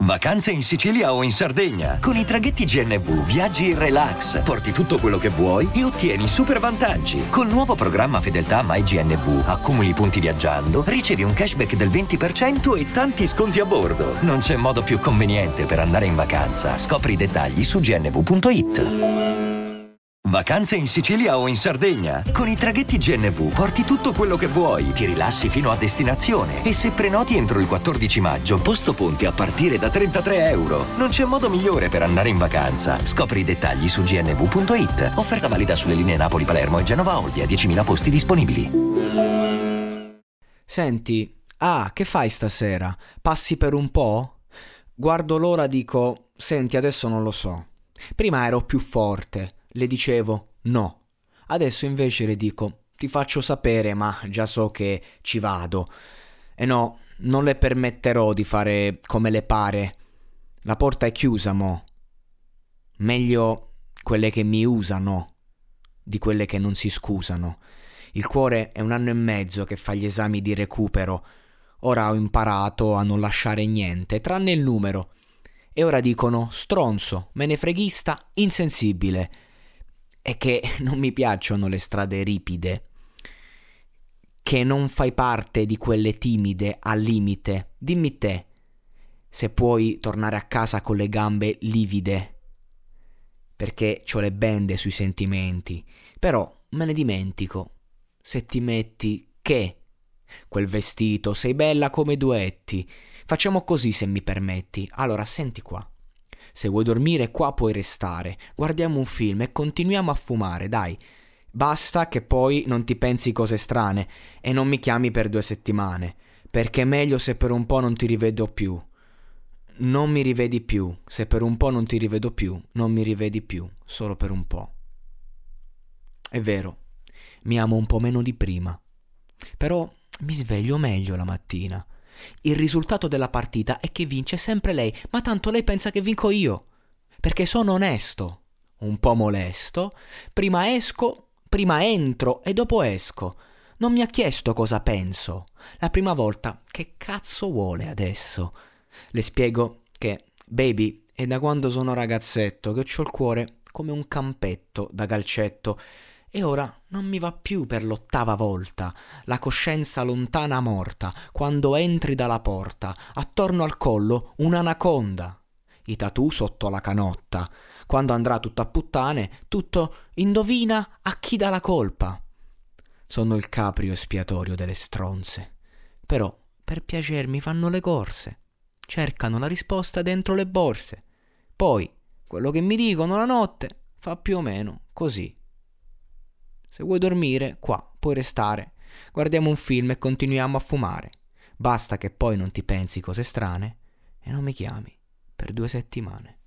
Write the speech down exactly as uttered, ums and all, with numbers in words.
Vacanze in Sicilia o in Sardegna. Con i traghetti G N V viaggi in relax, porti tutto quello che vuoi e ottieni super vantaggi. Col nuovo programma Fedeltà MyGNV accumuli punti viaggiando, ricevi un cashback del venti per cento e tanti sconti a bordo. Non c'è modo più conveniente per andare in vacanza. Scopri i dettagli su g n v punto i t. Vacanze in Sicilia o in Sardegna. Con i traghetti G N V porti tutto quello che vuoi, ti rilassi fino a destinazione e se prenoti entro il quattordici maggio, posto ponti a partire da trentatré euro. Non c'è modo migliore per andare in vacanza. Scopri i dettagli su g n v punto i t. Offerta valida sulle linee Napoli-Palermo e Genova-Olbia, diecimila posti disponibili. Senti, ah, che fai stasera? Passi per un po'? Guardo l'ora, dico, senti, adesso non lo so. Prima ero più forte. Le dicevo no, adesso invece le dico ti faccio sapere ma già so che ci vado. E no, non le permetterò di fare come le pare. La porta è chiusa mo. Meglio quelle che mi usano di quelle che non si scusano. Il cuore è un anno e mezzo che fa gli esami di recupero. Ora ho imparato a non lasciare niente, tranne il numero. E ora dicono stronzo, menefreghista, insensibile. E che non mi piacciono le strade ripide, che non fai parte di quelle timide al limite. Dimmi te, se puoi tornare a casa con le gambe livide, perché c'ho le bende sui sentimenti, però me ne dimentico. Se ti metti che quel vestito, sei bella come duetti. Facciamo così se mi permetti. Allora senti qua. Se vuoi dormire qua puoi restare, guardiamo un film e continuiamo a fumare, dai. Basta che poi non ti pensi cose strane e non mi chiami per due settimane, perché è meglio se per un po' non ti rivedo più. Non mi rivedi più, se per un po' non ti rivedo più, non mi rivedi più, solo per un po'. È vero, mi amo un po' meno di prima, però mi sveglio meglio la mattina. Il risultato della partita è che vince sempre lei, ma tanto lei pensa che vinco io, perché sono onesto, un po' molesto. Prima esco, prima entro e dopo esco. Non mi ha chiesto cosa penso. La prima volta, che cazzo vuole adesso? Le spiego che, baby, è da quando sono ragazzetto che c'ho il cuore come un campetto da calcetto. E ora non mi va più per l'ottava volta, la coscienza lontana morta, quando entri dalla porta, attorno al collo un'anaconda, i tatù sotto la canotta, quando andrà tutto a puttane, tutto indovina a chi dà la colpa. Sono il caprio espiatorio delle stronze, però per piacermi fanno le corse, cercano la risposta dentro le borse, poi quello che mi dicono la notte fa più o meno così. Se vuoi dormire, qua puoi restare. Guardiamo un film e continuiamo a fumare. Basta che poi non ti pensi cose strane e non mi chiami per due settimane.